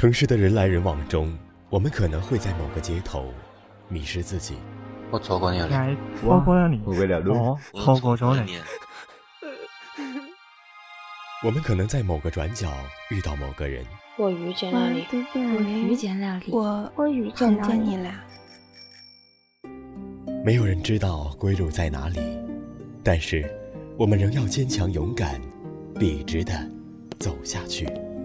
城市的人来人往中，我们可能会在某个街头迷失自己。 我錯過你了， 錯過了你， 我為了路， 我錯過咗你。 我們可能在某個轉角遇到某個人。 我遇見了你， 我遇見了你， 我遇見了你倆。 沒有人知道歸路在哪裡，但是我們仍要堅強勇敢，筆直地走下去。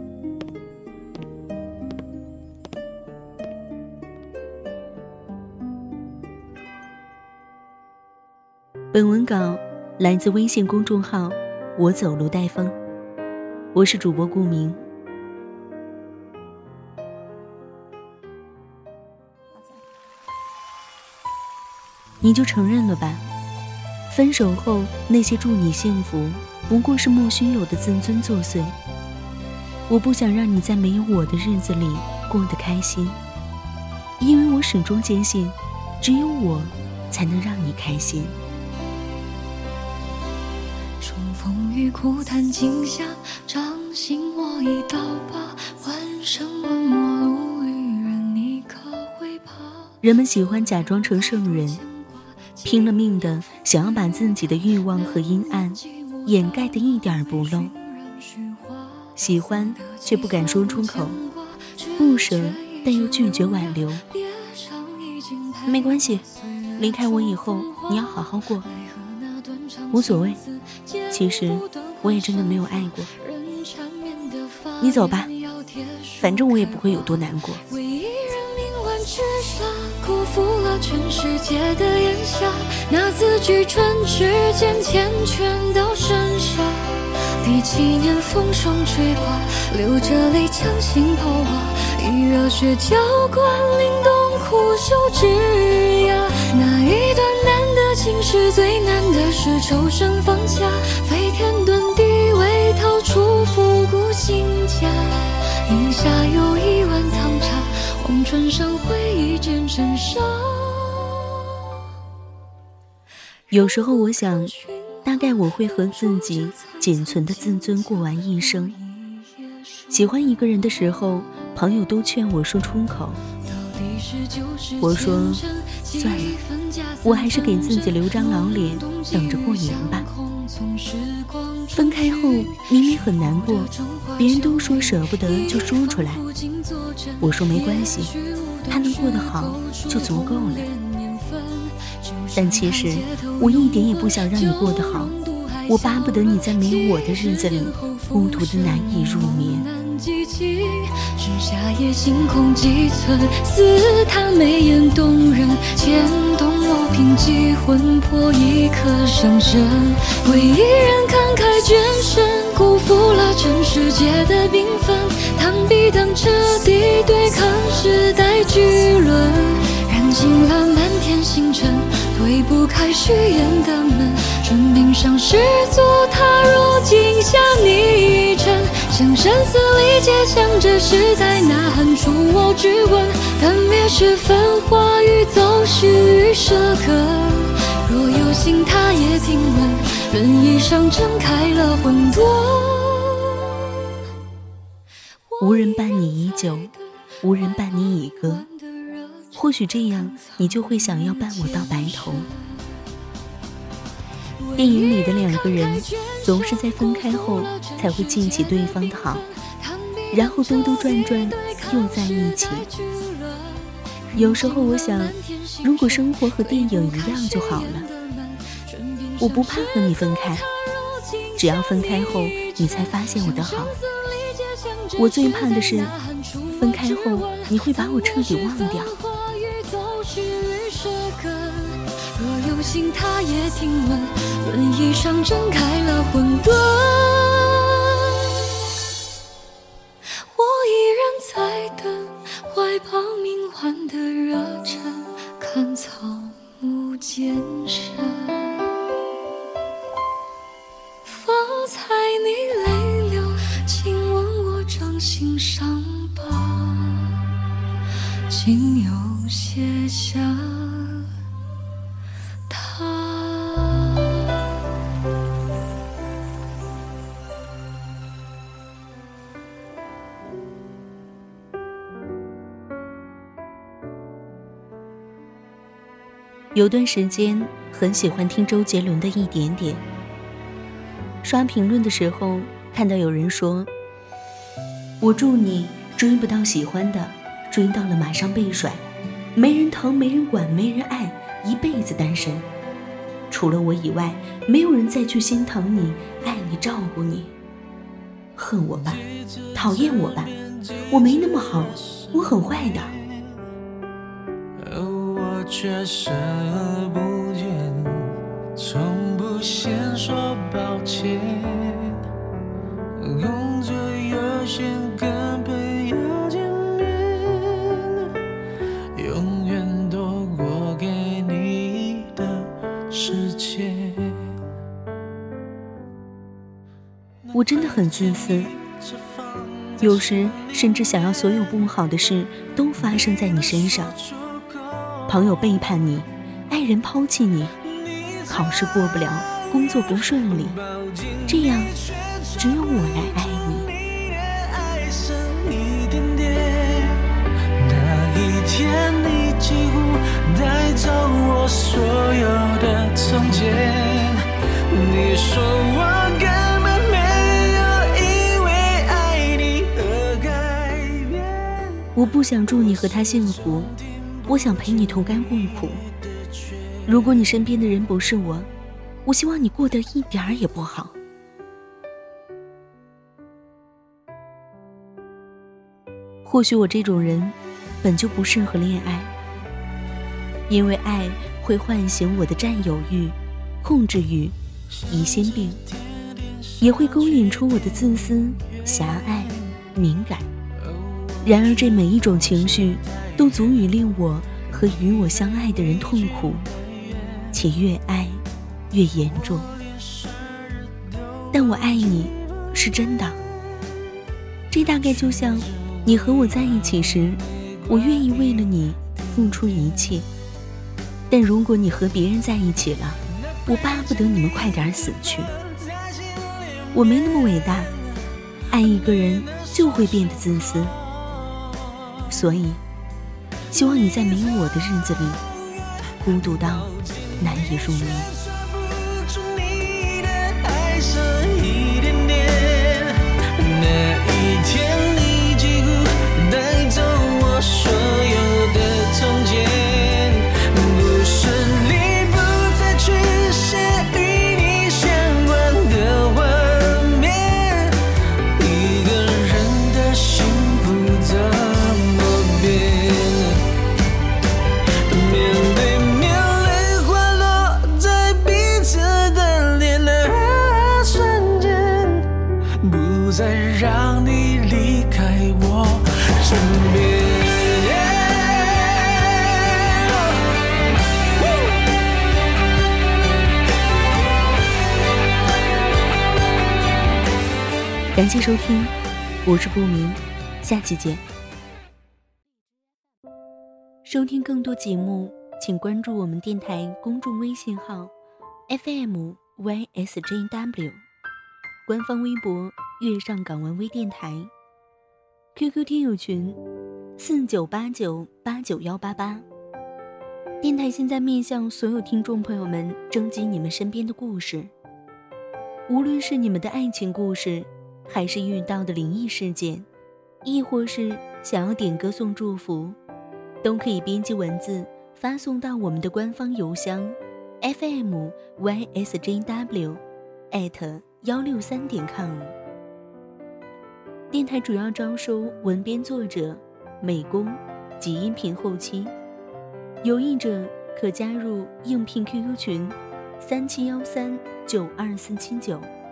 本文稿来自微信公众号我走路带风，我是主播顾明。你就承认了吧，分手后那些祝你幸福不过是莫须有的自尊作祟。我不想让你在没有我的日子里过得开心，因为我始终坚信只有我才能让你开心。 重逢于孤单镜下，掌心我一刀疤，换身文陌路旅人，你可会怕？ 人们喜欢假装成圣人，拼了命的想要把自己的欲望和阴暗掩盖得一点不漏，喜欢却不敢说出口，不舍但又拒绝挽留。没关系，离开我以后你要好好过，无所谓，其实我也真的没有爱过。你走吧，反正我也不会有多难过。 为一人命万只杀，辜负了全世界的炎夏，那字句唇齿间缱绻到深沙。第七年风霜吹刮，流着泪强行抛瓦，以热血浇灌凛冬苦修枝桠。那一段难的情是最难的是抽身放下，飞天遁地为逃出复古新家。饮下又一碗汤茶，望春上回忆渐成沙。 有时候我想，大概我会和自己仅存的自尊过完一生。喜欢一个人的时候，朋友都劝我说出口，我说算了，我还是给自己留张老脸，等着过年吧。分开后明明很难过，别人都说舍不得就说出来，我说没关系，他能过得好就足够了。但其实我一点也不想让你过得好，我巴不得你在没有我的日子里孤独的难以入眠。 只夏夜星空几寸，似他眉眼动人，牵动我贫瘠魂魄一颗伤神。为一人慷慨捐身，辜负了全世界的缤纷，螳臂当彻底对抗时代巨轮，燃尽了满天星辰，推不开虚掩的门，唇柄上始作踏入镜下泥尘，向生死里结强这时代呐喊出我质问，但灭世繁华与走失与舍根，若有幸他也听闻，轮椅上睁开了混沌。 无人伴你已久，无人伴你已歌，或许这样你就会想要伴我到白头。电影里的两个人总是在分开后才会记起对方的好，然后兜兜转转又在一起。有时候我想，如果生活和电影一样就好了。我不怕和你分开，只要分开后你才发现我的好。我最怕的是分开后你会把我彻底忘掉。 若有幸他也听闻，轮椅上睁开了混沌，我依然在等怀抱冥幻的热忱，看草木渐深。方才你泪流，亲吻我掌心伤疤，竟有些像有段时间很喜欢听周杰伦的一点点。刷评论的时候看到有人说，我祝你追不到喜欢的，追到了马上被甩，没人疼没人管没人爱，一辈子单身，除了我以外没有人再去心疼你爱你照顾你。恨我吧，讨厌我吧，我没那么好，我很坏的。 我却视而不见，从不先说抱歉，工作有限，跟朋友见面，永远多过给你的时间。 我真的很自私，有时甚至想要所有不好的事都发生在你身上。朋友背叛你，爱人抛弃你，考试过不了，工作不顺利，这样只有我来爱你。 那一天你几乎带走我所有的从前，你说我根本没有因为爱你而改变。 我不想祝你和他幸福，我想陪你同甘共苦。如果你身边的人不是我，我希望你过得一点儿也不好。或许我这种人本就不适合恋爱，因为爱会唤醒我的占有欲、控制欲、疑心病，也会勾引出我的自私、狭隘、敏感。然而这每一种情绪都足以令我和与我相爱的人痛苦，且越爱越严重。但我爱你是真的，这大概就像你和我在一起时，我愿意为了你付出一切。但如果你和别人在一起了，我巴不得你们快点死去。我没那么伟大，爱一个人就会变得自私。所以希望你在没有我的日子里孤独到难以入眠。 那一天你几乎带走我所有的从前，不顺利不再去写与你相关的画面，一个人的幸福怎么变？面对面泪滑落在彼此的脸那瞬间，不再让你离开我身边。 感谢收听，我是不明，下期见。收听更多节目，请关注我们电台公众微信号 FMYSJW， 官方微博月上港湾微电台， QQ 听友群4989898188。电台现在面向所有听众朋友们征集你们身边的故事，无论是你们的爱情故事，还是遇到的灵异事件，亦或是想要点歌送祝福，都可以编辑文字发送到我们的官方邮箱 fmysjw@163.com。 电台主要招收文编作者、美工及音频后期，有意者可加入应聘 QQ 群3713924779。